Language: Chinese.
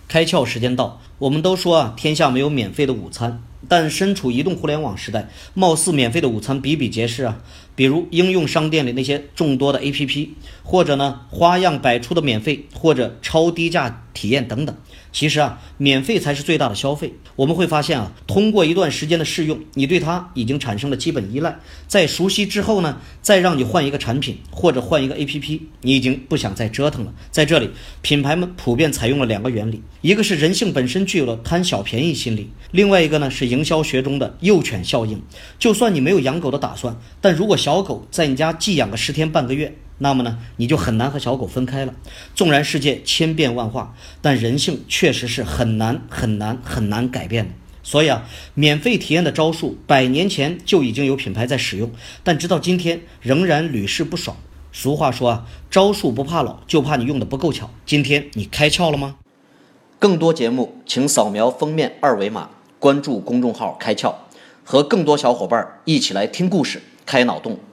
开窍时间到，我们都说天下没有免费的午餐，但身处移动互联网时代，貌似免费的午餐比比皆是比如应用商店里那些众多的 APP， 或者花样百出的免费或者超低价体验等等。其实免费才是最大的消费。我们会发现通过一段时间的试用，你对它已经产生了基本依赖。在熟悉之后再让你换一个产品或者换一个 APP， 你已经不想再折腾了。在这里，品牌们普遍采用了2个原理，一个是人性本身具有了贪小便宜心理，另外一个是营销学中的诱犬效应。就算你没有养狗的打算，但如果小狗在你家寄养个10天半个月，那么你就很难和小狗分开了。纵然世界千变万化，但人性确实是很难改变的。所以免费体验的招数100年前就已经有品牌在使用，但直到今天仍然屡试不爽。俗话说招数不怕老，就怕你用的不够巧。今天你开窍了吗？更多节目请扫描封面2维码，关注公众号开窍，和更多小伙伴一起来听故事，开脑洞。